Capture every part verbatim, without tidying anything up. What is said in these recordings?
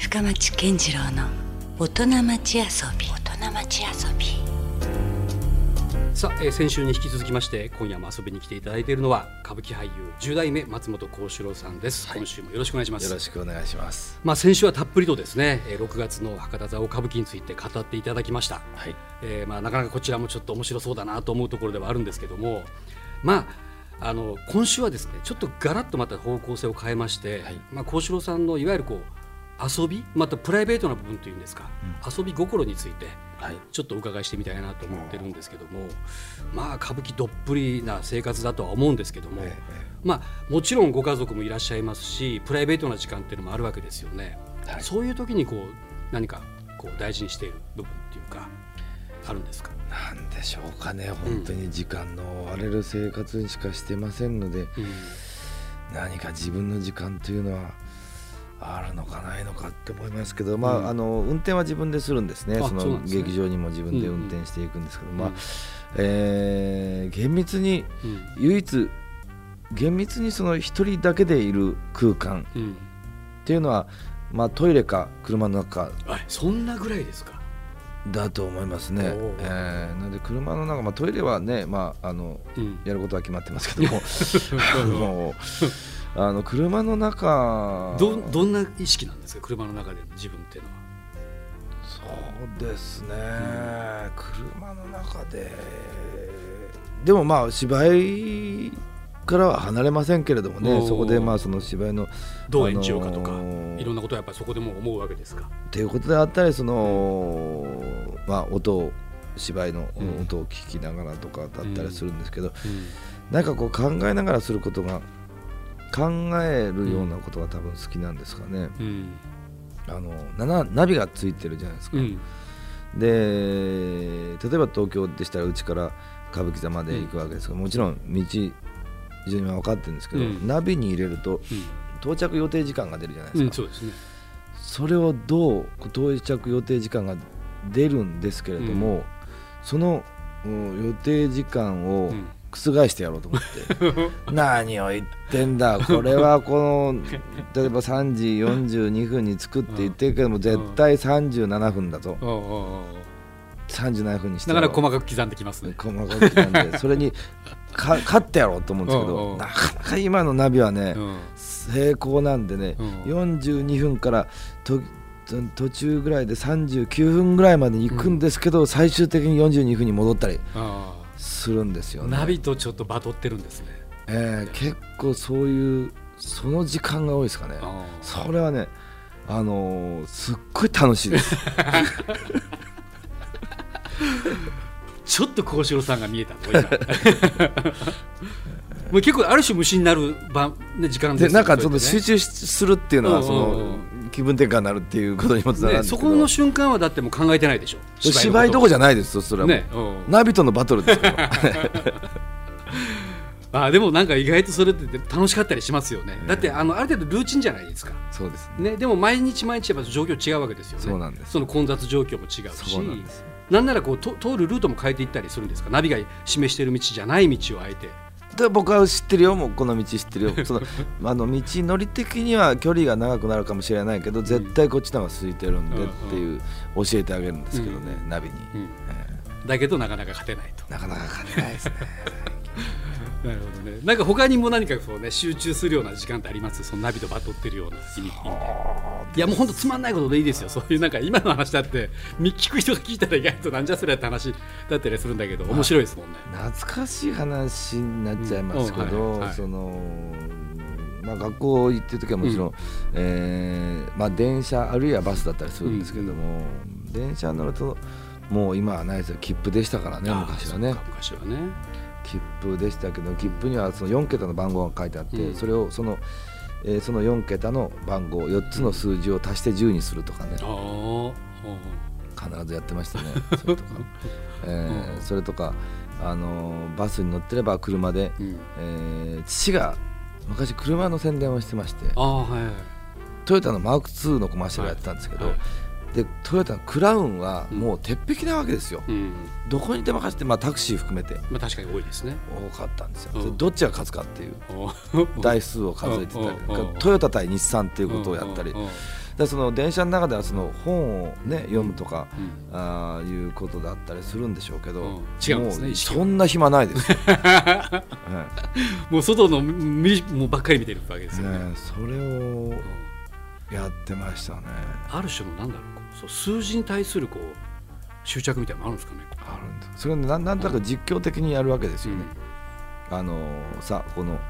深町健次郎の大人町遊び大人町遊び。 さあ、えー、先週に引き続きまして今夜も遊びに来ていただいているのは歌舞伎俳優じゅう代目松本幸四郎さんです、はい、今週もよろしくお願いします。 よろしくお願いします。 まあ、先週はたっぷりとですねろくがつの博多座大歌舞伎について語っていただきました、はいえーまあ、なかなかこちらもちょっと面白そうだなと思うところではあるんですけども、まあ、あの今週はですねちょっとガラッとまた方向性を変えまして、はいまあ、幸四郎さんのいわゆるこう遊びまたプライベートな部分というんですか、うん、遊び心についてちょっとお伺いしてみたいなと思ってるんですけども、まあ歌舞伎どっぷりな生活だとは思うんですけども、ええまあ、もちろんご家族もいらっしゃいますしプライベートな時間っていうのもあるわけですよね、はい、そういう時にこう何かこう大事にしている部分っていうかあるんですか？ なんでしょうかね。本当に時間の追われる生活にしかしてませんので、うん、何か自分の時間というのはあるのかないのかって思いますけど、まあうん、あの運転は自分でするんですね。その劇場にも自分で運転していくんですけど、うんうんまあえー、厳密に、うん、唯一厳密にその一人だけでいる空間っていうのは、まあ、トイレか車の中。 そんなぐらいですか？ だと思いますね、えー、なので車の中、まあ、トイレはね、まああのうん、やることは決まってますけどもあのあの車の中ど, どんな意識なんですか？車の中で自分っていうのは。 そうですね、うん、車の中ででもまあ芝居からは離れませんけれどもね、そこでまあその芝居のどう演じようかとか、あのー、いろんなことはやっぱりそこでも思うわけですか？ っていうことであったり、その、うんまあ、音を芝居の音を聞きながらとかだったりするんですけど、うんうん、なんかこう考えながらすることが考えるようなことが多分好きなんですかね、うん、あの ナ, ナビがついてるじゃないですか、うん、で例えば東京でしたらうちから歌舞伎座まで行くわけですが、もちろん道非常に分かってるんですけど、うん、ナビに入れると、うん、到着予定時間が出るじゃないですか、うん、そうですね。それをどう到着予定時間が出るんですけれども、うん、その予定時間を覆してやろうと思って何を言ってんだこれはこの例えばさんじよんじゅうにふんに着くって言ってるけども絶対さんじゅうななふんだとさんじゅうななふんにしてだから細かく刻んできますね。 細かく刻んでそれにか勝ってやろうと思うんですけどなかなか今のナビはね成功なんでねよんじゅうにふんからと途中ぐらいでさんじゅうきゅうふんぐらいまで行くんですけど、うん、最終的によんじゅうにふんに戻ったりするんですよね。 ナビとちょっとバトってるんですね、 えー、結構そういうその時間が多いですかね。それはね、あのー、すっごい楽しいですちょっと幸四郎さんが見えたのもう結構ある種無心になる場、ね、時間ですよでなんかちょっと集中するっていうのはその気分転換になるっていうことにもつながるんですけど、 ね、そこの瞬間はだってもう考えてないでしょ。 芝居, 芝居どこじゃないですよそれはもう、ね、ナビとのバトルですよあでもなんか意外とそれって楽しかったりしますよね、えー、だってあのある程度ルーチンじゃないですか。 そうです、ねね、でも毎日毎日やっぱ状況違うわけですよね。 そうなんです。 その混雑状況も違うし、 そうなんです。 なんならこうと通るルートも変えていったりするんですか？ナビが示している道じゃない道をあえて。 で僕は知ってるよ、もうこの道知ってるよそのあの道のり的には距離が長くなるかもしれないけど絶対こっちの方が空いてるんでっていう教えてあげるんですけどね、うん、ナビに、うんえー、だけどなかなか勝てないと。 なかなか勝てないですねなるほどね。なんか他にも何かこう、ね、集中するような時間ってあります？そのナビとバトってるような意味。いやもうほんとつまんないことでいいですよ。そういうなんか今の話だって聞く人が聞いたら意外となんじゃそれって話だったりするんだけど面白いですもんね。 懐かしい話になっちゃいますけど、うんはいはい、そのまあ、学校行ってる時はもちろん、うんえーまあ、電車あるいはバスだったりするんですけども、うん、電車に乗るともう今はないですよ。切符でしたからね昔はね。 昔はね切符でしたけど切符にはそのよんけたの番号が書いてあって、うん、それをその、えー、そのよんけたの番号よっつの数字を足してじゅうにするとかね、うん、必ずやってましたねそれとか、えー、それとか、あのー、バスに乗ってれば車で、うんえー、父が昔車の宣伝をしてまして、あ、はいはい、トヨタのマークツーのコマーシャルやってたんですけど、はいはいでトヨタのクラウンはもう鉄壁なわけですよ、うん、どこにでも走って、まあ、タクシー含めて、 まあ、確かに多いですね。 多かったんですよ。どっちが勝つかっていう台数を数えてたりトヨタ対日産っていうことをやったりでその電車の中ではその本を、ね、読むとか、 うん、 あいうことだったりするんでしょうけど、うん、 違うんですね。 もうそんな暇ないですよ、はい、 もう外のみもうばっかり見てるわけですよね。 ね、それをやってましたね。 ある種のなんだろう、こうそう数字に対するこう執着みたいなのあるんですかね。 あるんです。それをな ん, なんとなく実況的にやるわけですよね、うん、あのさこの、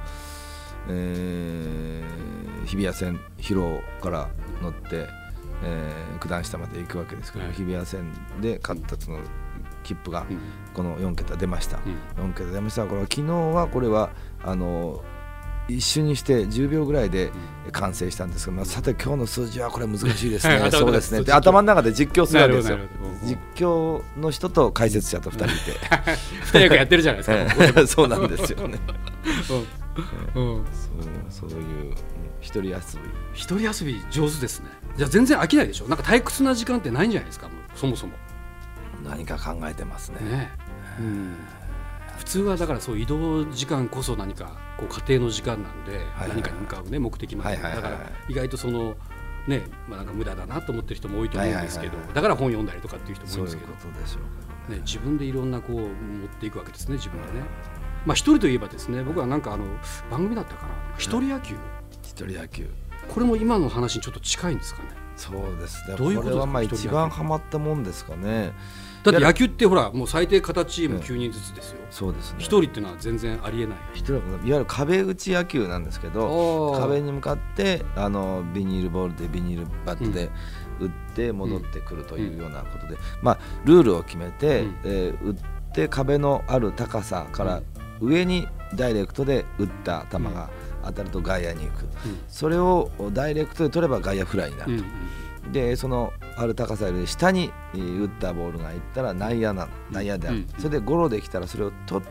えー、日比谷線広尾から乗って、えー、九段下まで行くわけですけど、はい、日比谷線で買ったその切符がこのよん桁出ました、うん、よん桁出ました。これは昨日はこれはあの一瞬にしてじゅうびょうぐらいで完成したんですが、まあ、さて今日の数字はこれ難しいですねそうですねって頭の中で実況するわけですよ。実況の人と解説者とふたりいてふたり役やってるじゃないですかそうなんですよねうんうん、 そう、そういう一人遊び一人遊び上手ですね。じゃあ全然飽きないでしょ。なんか退屈な時間ってないんじゃないですか。もうそもそも何か考えてますね。 ね、うん、普通はだからそう移動時間こそ何かこう家庭の時間なんで、はいはいはい、何かに向かう、ね、目的まで、はいはいはい、だから意外とそのね、まあ、なんか無駄だなと思ってる人も多いと思うんですけど、はいはいはい、だから本読んだりとかっていう人も多いんですけど、 そういうことでしょうけどね、 ね、自分でいろんなこう持っていくわけですね、自分でね。まあ、一人といえばですね、僕はなんかあの番組だったかな、一人野球、 一人野球、 これも今の話にちょっと近いんですかね。 そうですね。 どういうことですか。 これはまあ一番ハマったもんですかね。 だって野球ってほらもう最低片チームきゅうにんずつですよ、 うん、そうですね。 一人っていうのは全然ありえない。 一人はいわゆる壁打ち野球なんですけど、壁に向かってあのビニールボールでビニールバットで打って戻ってくるというようなことで、うん、まあルールを決めて、うん、えー、打って壁のある高さから上にダイレクトで打った球が当たると外野に行く、うん、それをダイレクトで取れば外野フライになると、うん、でそのある高さより下に打ったボールがいったら内野な内野である、うん、それでゴロできたらそれを取って、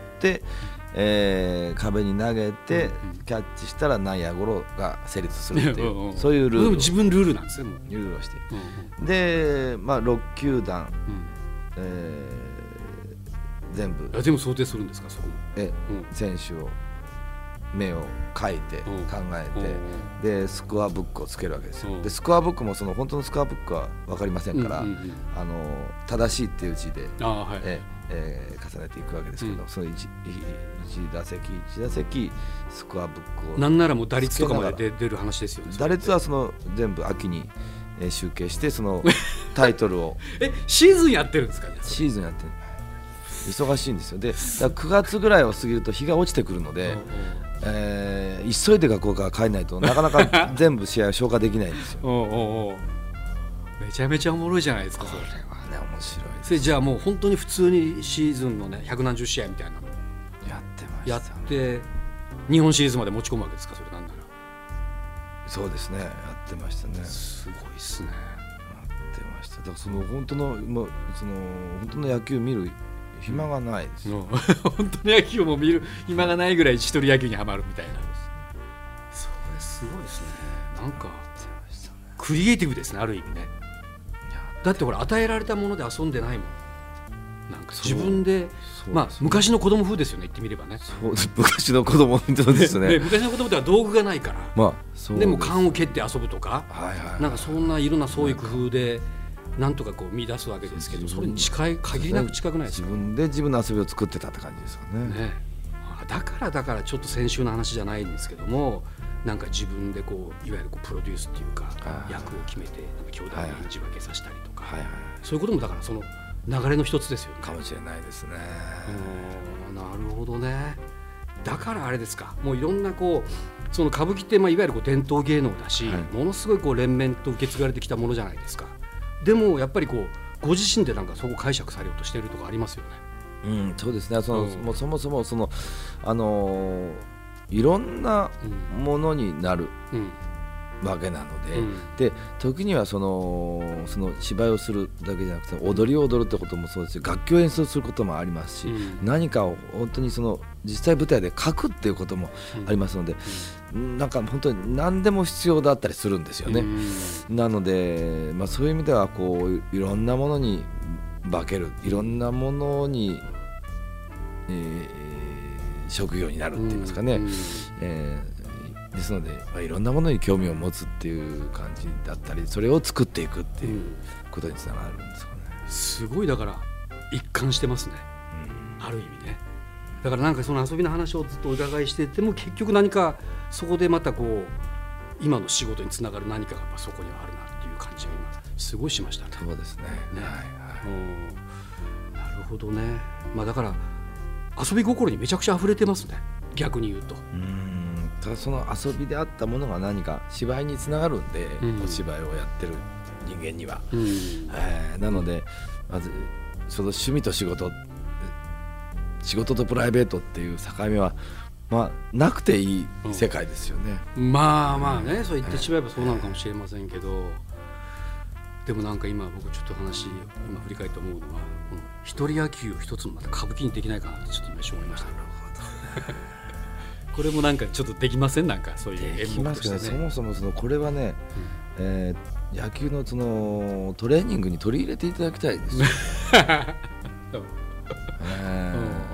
えー、壁に投げてキャッチしたら内野ゴロが成立するっていう、うん、そういうルールを自分ルールなんですね。 ルールをして、うん、で、まあ、ろっ球団、うん、えー、全部全部想定するんですか。そこえ、うん、選手を目を書いて考えて、でスコアブックをつけるわけですよ。でスコアブックもその本当のスコアブックは分かりませんから、うんうんうん、あの正しいっていう字で、はい、ええー、重ねていくわけですけど、うん、その 1, 1打席1打席スコアブックをなんならもう打率とかまで出る話ですよね。 打率はその全部秋に、えー、集計してそのタイトルをえシーズンやってるんですかね。 シーズンやってる。忙しいんですよ。でくがつぐらいを過ぎると日が落ちてくるので、えー、急いで学校から帰らないとなかなか全部試合を消化できないんですよ。 おうおうおう、めちゃめちゃおもろいじゃないですか。 これはね面白いです。 それじゃあもう本当に普通にシーズンのね百何十試合みたいなのやってました、 やって日本シリーズまで持ち込むわけですか。それなんならそうですね、やってましたね。 すごいっすね。 やってました。だからその本当のもうその本当の野球見る暇がないです、うん、 本当に野球も見る暇がないぐらい一人野球にはまるみたいな。それすごいですね。なんかクリエイティブですね、ある意味ね。だってほら与えられたもので遊んでないもん。なんか自分で、まあ昔の子供風ですよね、言ってみればね。 そう昔の子供ですね。 ね、昔の子供では道具がないから、 まあ、そうでも缶を蹴って遊ぶとか、 はいはいはい、 なんかそんないろんなそういう工夫でなんとかこう見出すわけですけど、それに近い限りなく近くないですか。 自分で自分の遊びを作ってたって感じですよ ね, ね。 だからだからちょっと先週の話じゃないんですけども、なんか自分でこういわゆるこうプロデュースっていうか役を決めてなんか兄弟に演じ分けさせたりとか、はいはいはい、そういうこともだからその流れの一つですよね。 かもしれないですね。 なるほどね。だからあれですか、もういろんなこうその歌舞伎ってまあいわゆるこう伝統芸能だし、はい、ものすごいこう連綿と受け継がれてきたものじゃないですか。でもやっぱりこうご自身でなんかそこ解釈されようとしているところありますよね。 うん、そうですね。その、うん、もうそもそもそのあのー、いろんなものになるわけなので、うん、で時にはそのその芝居をするだけじゃなくて踊りを踊るってこともそうですし、楽器を演奏することもありますし、うん、何かを本当にその実際舞台で書くっていうこともありますので、うん、なんか本当に何でも必要だったりするんですよね。うん、なので、まあ、そういう意味ではこういろんなものに化ける、いろんなものに、えー、職業になるって言いますかね、うん、えですので、まあ、いろんなものに興味を持つっていう感じだったり、それを作っていくっていうことにつながるんですかね。 すごいだから一貫してますね、うん、ある意味ね。だからなんかその遊びの話をずっとお伺いしてても結局何かそこでまたこう今の仕事につながる何かがやっぱそこにはあるなっていう感じが今すごいしましたね。 そうですね。ね、はいはい、 なるほどね。まあだから遊び心にめちゃくちゃ溢れてますね、逆に言うと。 うーん、ただその遊びであったものが何か芝居につながるんで、うん、お芝居をやってる人間には、うん、えー、なのでまずその趣味と仕事、仕事とプライベートっていう境目は、まあ、なくていい世界ですよね、 うん、まあまあね、うん、そう言ってしまえばそうなのかもしれませんけど、えー、でもなんか今僕ちょっと話今振り返って思うのは、この一人野球を一つもまた歌舞伎にできないかなってちょっと今一瞬思いました。なるほどこれもなんかちょっとできません？なんかそういう演目としてね。できますけど、 そもそもそのこれはね、うん、えー、野球のそのトレーニングに取り入れていただきたいですよ、ねえ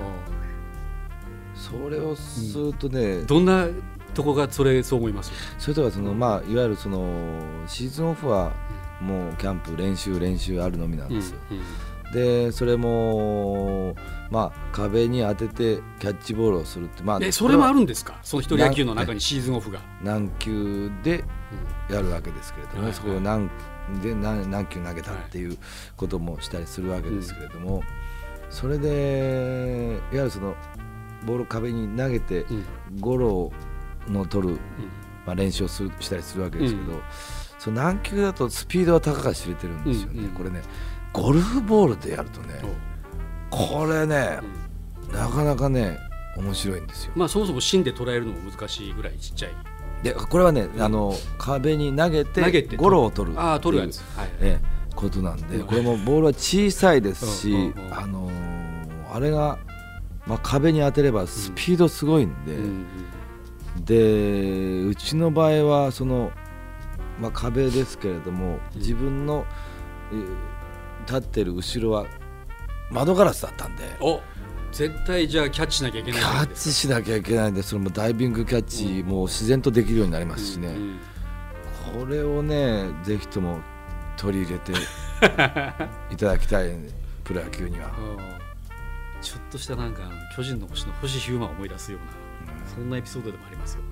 ー、それをするとね、 うん、どんなとこがそれそう思います？ それとはその、まあ、いわゆるそのシーズンオフはもうキャンプ練習練習あるのみなんですよ、うんうん、でそれも、まあ、壁に当ててキャッチボールをするって、まあ、 えそれもあるんですか？その一人野球の中にシーズンオフが何球でやるわけですけれども、ね、うん、そこを何で 何, 何球投げたっていうこともしたりするわけですけれども、はい、それでいわゆるそのボールを壁に投げてゴロの取る、うん、まあ、練習をするしたりするわけですけど、うん、その何球だとスピードは高が知れてるんですよね、うんうん、これねゴルフボールでやるとね、これね、うん、なかなかね面白いんですよ。 まあそもそも芯で捉えるのも難しいぐらいちっちゃいで、これはね、うん、あの壁に投げてゴロを取るあ取るやつ、はい、 ええ、ことなんで、これもボールは小さいですし、うんうんうん、あのー、あれが、まあ、壁に当てればスピードすごいんで、うんうん、でうちの場合はその、まあ、壁ですけれども、自分の、えー立ってる後ろは窓ガラスだったんで、 お絶対じゃあキャッチしなきゃいけない。 キャッチしなきゃいけないんで、それもダイビングキャッチ、うん、もう自然とできるようになりますしね、うんうん、これをねぜひとも取り入れていただきたい、ね、プロ野球にはちょっとしたなんか巨人の星の星ヒューマンを思い出すような、うん、そんなエピソードでもありますよね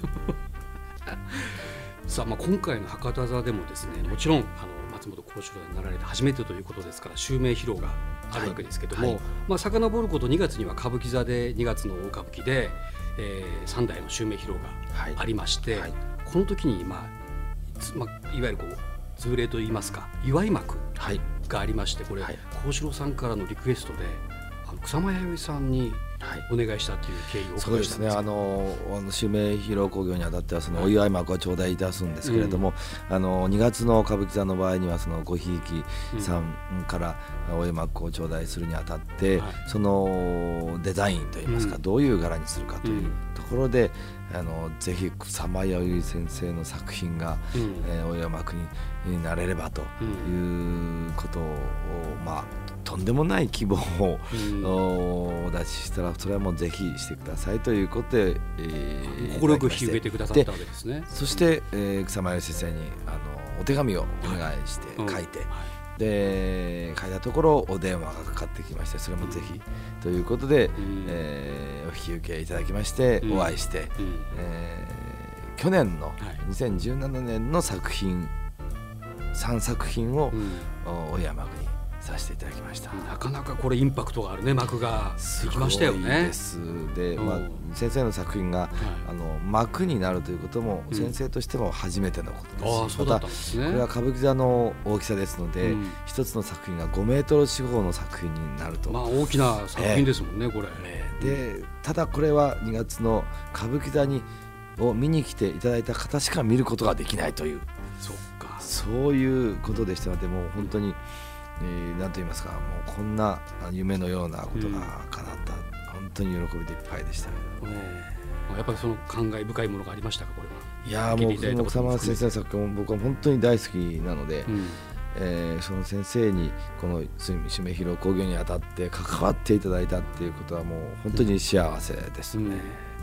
さあ、まあ、今回の博多座でもですね、もちろんあの松本幸四郎になられて初めてということですから襲名披露があるわけですけども、はいはい、まあ、遡ることにがつには歌舞伎座でにがつの大歌舞伎で、えー、さんだいの襲名披露がありまして、はいはい、この時に、まあまあ、いわゆるこう通例といいますか祝い幕がありまして、これ、はい、幸四郎さんからのリクエストであの草間彌生さんにお願いしたという経緯をお伺いしたんです。 そうですね、あの襲名披露興行にあたってはそのお祝い幕を頂戴いたすんですけれども、うん、あのにがつの歌舞伎座の場合にはそのごひいきさんからお祝い幕を頂戴するにあたって、うん、そのデザインといいますか、うん、どういう柄にするかというところで、あのぜひ草間彌生先生の作品が、うん、えー、お祝い幕になれればということを、まあとんでもない希望を、うん、お出ししたら、それはもうぜひしてくださいということで、えー、心よく引き受けてくださったわけですね。 そして、えー、草間彌生先生にあのお手紙をお願いして書いて、はい、うん、で書いたところお電話がかかってきまして、それもぜひ、うん、ということで、うん、えー、お引き受けいただきまして、うん、お会いして、うん、えー、去年のにせんじゅうななねんの作品さんさく品を、うん、お祝い幕にさせていただきました。 なかなかこれインパクトがあるね、幕ができましたよね。 すごいです。で、まあ、先生の作品が、はい、あの幕になるということも、うん、先生としても初めてのことですし、 あ、そうだったんですね。 これは歌舞伎座の大きさですので、うん、一つの作品がごメートル四方の作品になると、 まあ、大きな作品ですもんね、えー、これ、 えー、でただこれはにがつの歌舞伎座にを見に来ていただいた方しか見ることができないという、 そっか、 そういうことでしたので、もう本当に、えー、なんと言いますか、もうこんな夢のようなことが叶った、うん、本当に喜びでいっぱいでした、ね、 うん、やっぱりその感慨深いものがありましたか、これは。 いやもうその草間先生の作品も僕は本当に大好きなので、うん、えー、その先生にこの襲名披露興行にあたって関わっていただいたっていうことはもう本当に幸せですね、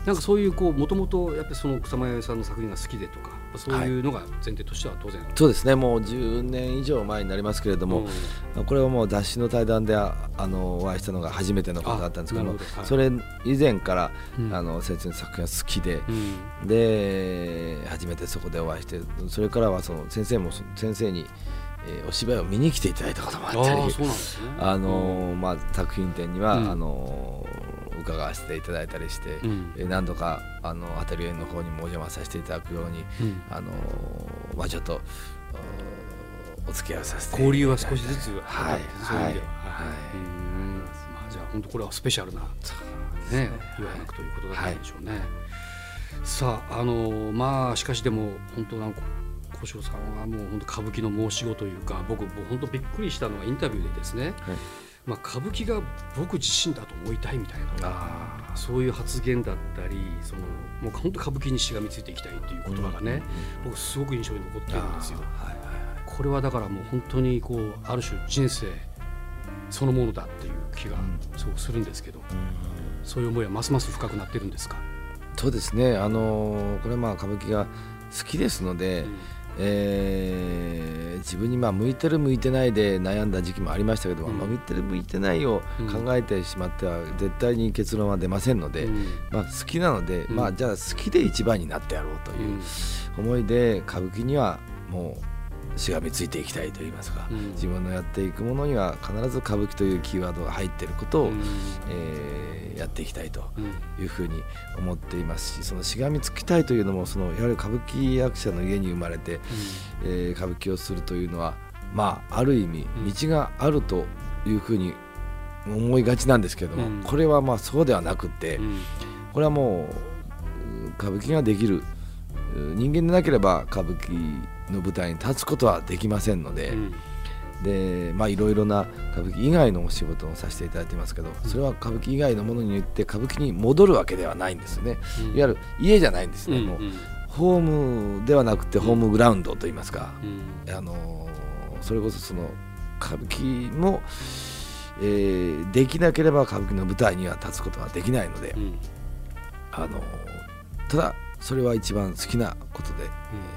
なんかそういうこうもともとやっぱりその草間彌生さんの作品が好きでとかそういうのが前提としては当然、はい、 そうですね。もうじゅうねん以上前になりますけれども、うん、これはもう雑誌の対談であのお会いしたのが初めてのことだったんですけども、はい、それ以前から、うん、あの先生の作品が好きで、うん、で初めてそこでお会いして、それからはその先生も先生にえー、お芝居を見に来ていただいたこともあったり、あ、そうなんですね、あのーまあ、作品展には、うん、あのー、伺わせていただいたりして、うん、えー、何度かあのアトリエの方にもお邪魔させていただくように、うん、あのーまあ、ちょっとお付き合いをさせて交流は少しずつ、 はい、 そういう意味では、はいはい、うん、まあ、じゃあ本当これはスペシャルな、ね、岩山区ということだったんでしょうね、はい、さあ、あのー、まあしかしでも本当なんか小城さんはもう本当歌舞伎の申し子というか、僕もう本当びっくりしたのはインタビューでですね、はい、まあ、歌舞伎が僕自身だと思いたいみたいな、あ、そういう発言だったり、そのもう本当歌舞伎にしがみついていきたいという言葉がね、うんうんうん、僕すごく印象に残ってるんですよ、はいはいはい、これはだからもう本当にこうある種人生そのものだっていう気がすごくするんですけど、うん、そういう思いはますます深くなってるんですか？ そうですね、あのー、これはまあ歌舞伎が好きですので、うん、えー、自分にまあ向いてる向いてないで悩んだ時期もありましたけども、うん、まあ、向いてる向いてないを考えてしまっては絶対に結論は出ませんので、うん、まあ、好きなので、うん、まあ、じゃあ好きで一番になってやろうという思いで歌舞伎にはもうしがみついていきたいといいますか、うん、自分のやっていくものには必ず歌舞伎というキーワードが入っていることを、うん、えー、やっていきたいというふうに思っていますし、そのしがみつきたいというのもそのやはり歌舞伎役者の家に生まれて、うん、えー、歌舞伎をするというのは、まあ、ある意味道があるというふうに思いがちなんですけども、うん、これはまあそうではなくて、うん、これはもう歌舞伎ができる人間でなければ歌舞伎の舞台に立つことはできませんので、うん、で、まあ、いろいろな歌舞伎以外のお仕事をさせていただいてますけど、それは歌舞伎以外のものによって歌舞伎に戻るわけではないんですよね、うん、いわゆる家じゃないんですね、うん、もうホームではなくてホームグラウンドといいますか、うん、あのそれこそその歌舞伎も、えー、できなければ歌舞伎の舞台には立つことはできないので、うん、あのただそれは一番好きなことで、うん、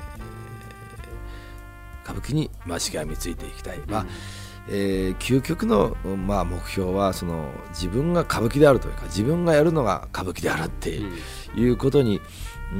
歌舞伎にまあしがみついていきたい、うん、まあえー、究極の、まあ、目標はその自分が歌舞伎であるというか、自分がやるのが歌舞伎であるっていうことに、うん、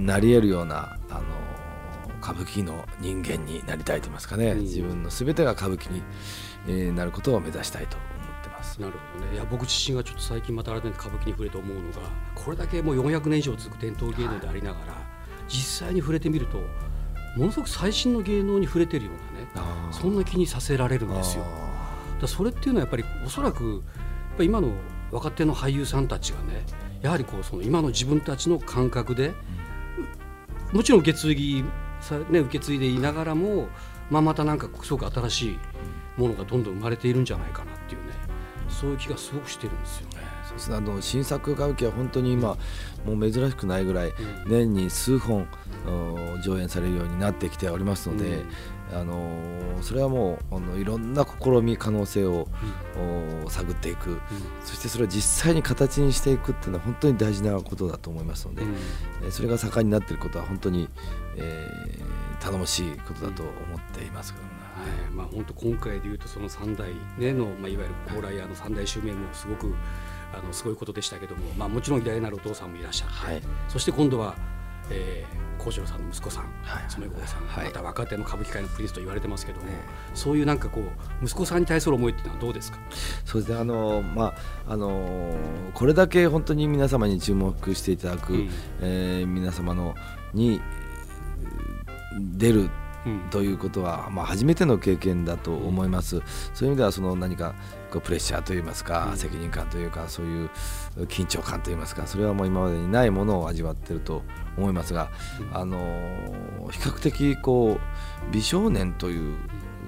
なり得るような、あの歌舞伎の人間になりたいと言いますかね、うん、自分の全てが歌舞伎に、えー、なることを目指したいと思ってます。 なるほどね。いや、僕自身がちょっと最近また改めて歌舞伎に触れて思うのが、これだけもうよんひゃくねん以上続く伝統芸能でありながら、はい、実際に触れてみるとものすごく最新の芸能に触れてるようなね、そんな気にさせられるんですよ。だそれっていうのはやっぱりおそらくやっぱ今の若手の俳優さんたちがね、やはりこうその今の自分たちの感覚で、うん、もちろん受け継ぎさ、ね、受け継いでいながらも、まあ、またなんかすごく新しいものがどんどん生まれているんじゃないかなっていうね、そういう気がすごくしてるんですよね。 そうですね、あの新作歌舞伎は本当に今もう珍しくないぐらい年に数本上演されるようになってきておりますので、うん、あのそれはもうあのいろんな試み可能性を、うん、探っていく、うん、そしてそれを実際に形にしていくっていうのは本当に大事なことだと思いますので、うん、それが盛んになっていることは本当に、えー、頼もしいことだと思っていますけどね。 はい、まあ、本当今回でいうとそのさん代、ね、の、まあ、いわゆる高麗屋のさん代襲名もすごくあのすごいことでしたけども、まあ、もちろん偉大なるお父さんもいらっしゃって、はい、そして今度は、えー、幸四郎さんの息子さん、はい、染五郎さん、はい、また若手の歌舞伎界のプリンスと言われてますけども、はい、そういうなんかこう息子さんに対する思いっていうのはどうですか？ そうですね、あの、まああのこれだけ本当に皆様に注目していただく、うん、えー、皆様のに出るということは、まあ、初めての経験だと思います、うん、そういう意味ではその何かこうプレッシャーといいますか、うん、責任感というか、そういう緊張感といいますか、それはもう今までにないものを味わっていると思いますが、うん、あの比較的こう美少年という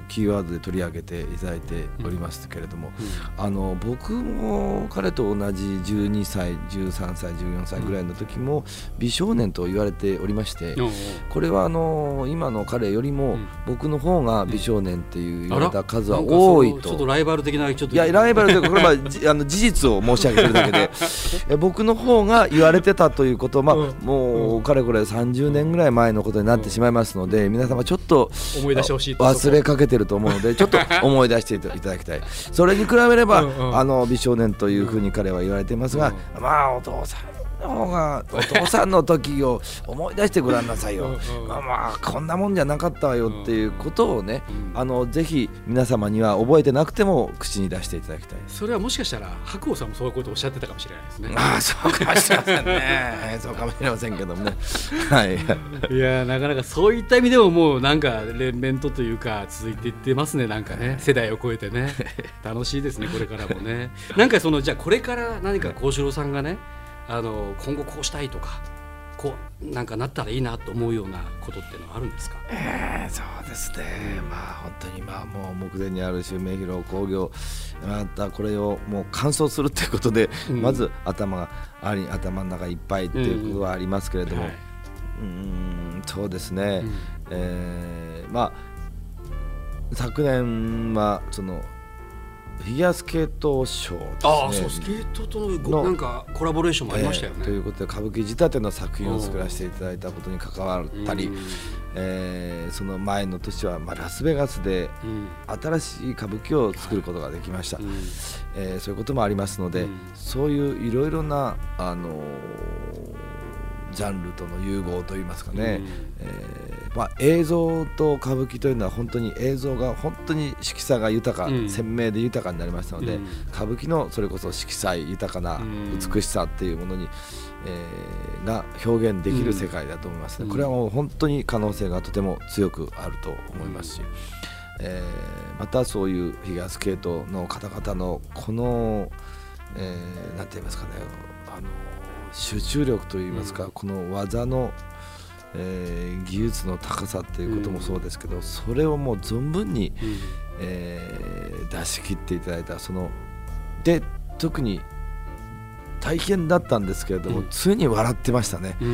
キーワードで取り上げていただいておりますけれども、うん、あの僕も彼と同じじゅうにさいじゅうさんさいじゅうよんさいぐらいの時も美少年と言われておりまして、うん、これはあの今の彼よりも僕の方が美少年っていう言われた数は多いと、 ちょっとライバル的なちょっといやライバルというかこれはあの事実を申し上げてるだけでえ僕の方が言われてたということを、まあ、うん、もうかれこれさんじゅうねんぐらい前のことになってしまいますので、皆様ちょっと思い出してほしいと忘れかけてると思うのでちょっと思い出していただきたい。それに比べればうん、あの美少年というふうに彼は言われていますが、うん、まあお父さんの方がお父さんの時を思い出してごらんなさいよまあ、まあこんなもんじゃなかったわよっていうことをね、うん、あのぜひ皆様には覚えてなくても口に出していただきたい。 それはもしかしたら白鸚さんもそういうことをおっしゃってたかもしれないですね。 ああそうかもしれませんねそうかもしれませんけどもねはいいやなかなかそういった意味でももうなんか連綿とというか続いていってますね。なんかね世代を超えてね楽しいですねこれからもね。なんかそのじゃあこれから何か幸四郎さんがねあの今後こうしたいとかこうなんかなったらいいなと思うようなことっていうのはあるんですか？ えー、そうですね、まあ本当にまあもう目前にある襲名披露興行またこれをもう完走するっていうことで、うん、まず頭があり頭の中いっぱいっていうことはありますけれども、うん、はい、うーんそうですね、うん、えー、まあ昨年はそのフィギュアスケートショーですね。 ああそうスケートと の, なんかコラボレーションもありましたよね、 えー、ということで歌舞伎仕立ての作品を作らせていただいたことに関わったり、えー、その前の年はまあラスベガスで新しい歌舞伎を作ることができました、はい、えー、そういうこともありますので、うん、そういういろいろな、あのー、ジャンルとの融合といいますかね、うん、えーまあ、映像と歌舞伎というのは本当に映像が本当に色彩が豊か、うん、鮮明で豊かになりましたので、うん、歌舞伎のそれこそ色彩豊かな美しさっていうものに、えー、が表現できる世界だと思いますね、うん、これはもう本当に可能性がとても強くあると思いますし、うん、えー、またそういうフィギュアスケートの方々のこの、えー、なんて言いますかね、あの集中力といいますか、うん、この技のえー、技術の高さっていうこともそうですけど、うん、それをもう存分に、うん、えー、出し切っていただいたそので特に大変だったんですけれども、うん、常に笑ってましたね、うん、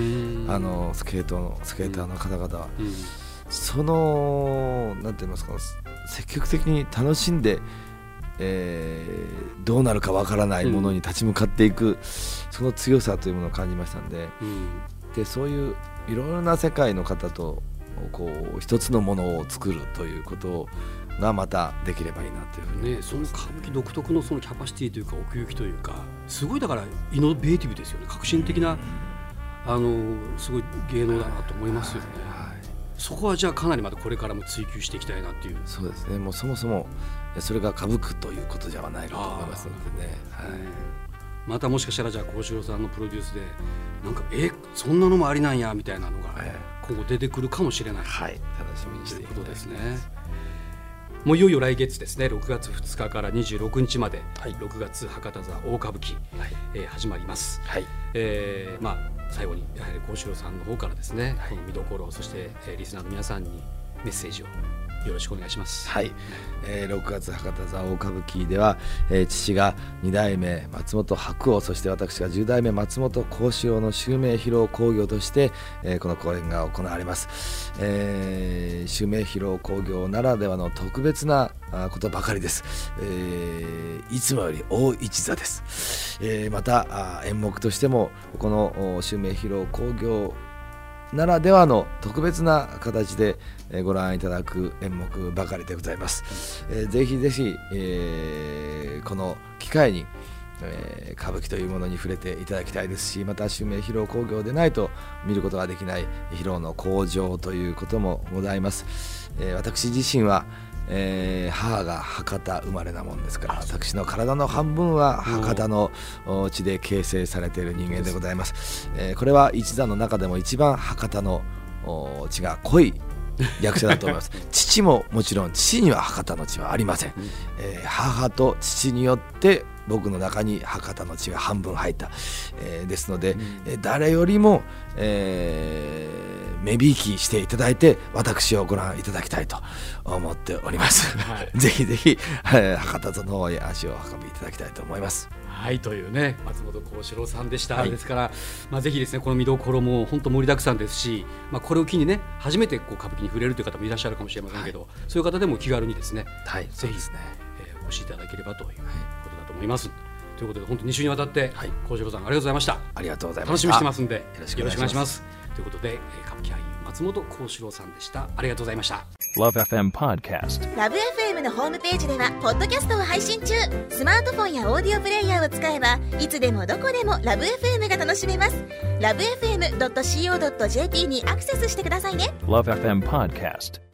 あのスケートのスケーターの方々は、うんうん、そのなんて言いますか積極的に楽しんで、えー、どうなるかわからないものに立ち向かっていく、うん、その強さというものを感じましたんで、うん、でそういういろいろな世界の方とこう一つのものを作るということがまたできればいいなというふうに思います、 ね、その歌舞伎独特のそのキャパシティというか奥行きというかすごいだからイノベーティブですよね。革新的な、うん、あのすごい芸能だなと思いますよね、はいはい、そこはじゃあかなりまたこれからも追求していきたいなっていう。 そうですね、もうそもそもそれが歌舞伎ということではないかと思いますのでね、はい、 またもしかしたらじゃあ幸四郎さんのプロデュースでなんかえそんなのもありなんやみたいなのが今後出てくるかもしれない、 はい、楽しみにしていきたいということですね。 もういよいよ来月ですね、ろくがつふつかからにじゅうろくにちまで、はい、ろくがつ博多座大歌舞伎、はい、えー、始まります、はい、えーまあ、最後にやはり幸四郎さんの方からですね、はい、この見どころそして、えー、リスナーの皆さんにメッセージをよろしくお願いします。 はい、えー、ろくがつ博多座大歌舞伎では、えー、父がに代目松本白鸚、そして私がじゅう代目松本幸四郎の襲名披露興行として、えー、この公演が行われます、えー、襲名披露興行ならではの特別なことばかりです、えー、いつもより大一座です、えー、また演目としてもこの襲名披露興行ならではの特別な形でご覧いただく演目ばかりでございます、えー、ぜひぜひ、えー、この機会に、えー、歌舞伎というものに触れていただきたいですし、また襲名披露興行でないと見ることができない披露の向上ということもございます、えー、私自身はえー、母が博多生まれなもんですから、私の体の半分は博多の地で形成されている人間でございます、えー、これは一座の中でも一番博多の血が濃い役者だと思います父ももちろん父には博多の血はありません、えー、母と父によって僕の中に博多の血が半分入った、えー、ですので、うん、誰よりも、えー、目びいきしていただいて私をご覧いただきたいと思っております、はい、ぜひぜひ、えー、博多の方へ足を運びいただきたいと思います。 はいというね松本幸四郎さんでした、はい、ですから、まあ、ぜひですねこの見どころも本当盛りだくさんですし、まあ、これを機にね初めてこう歌舞伎に触れるという方もいらっしゃるかもしれませんけど、はい、そういう方でも気軽にですね、はい、ぜひですね、えー、お越しいただければということだと思います、はい、ということで本当にに週にわたって幸四郎さんありがとうございました。 ありがとうございました。 楽しみにしてますんでよろしくお願いします。 しますということで、えー、歌舞伎俳優松本幸四郎さんでした。ありがとうございました。 ラブ エフエム Podcast ラブ エフエム のホームページではポッドキャストを配信中。スマートフォンやオーディオプレイヤーを使えばいつでもどこでもラブ エフエム が楽しめます。 ラブエフエムドットシーオードットジェーピー にアクセスしてくださいね。 ラブ エフエム Podcast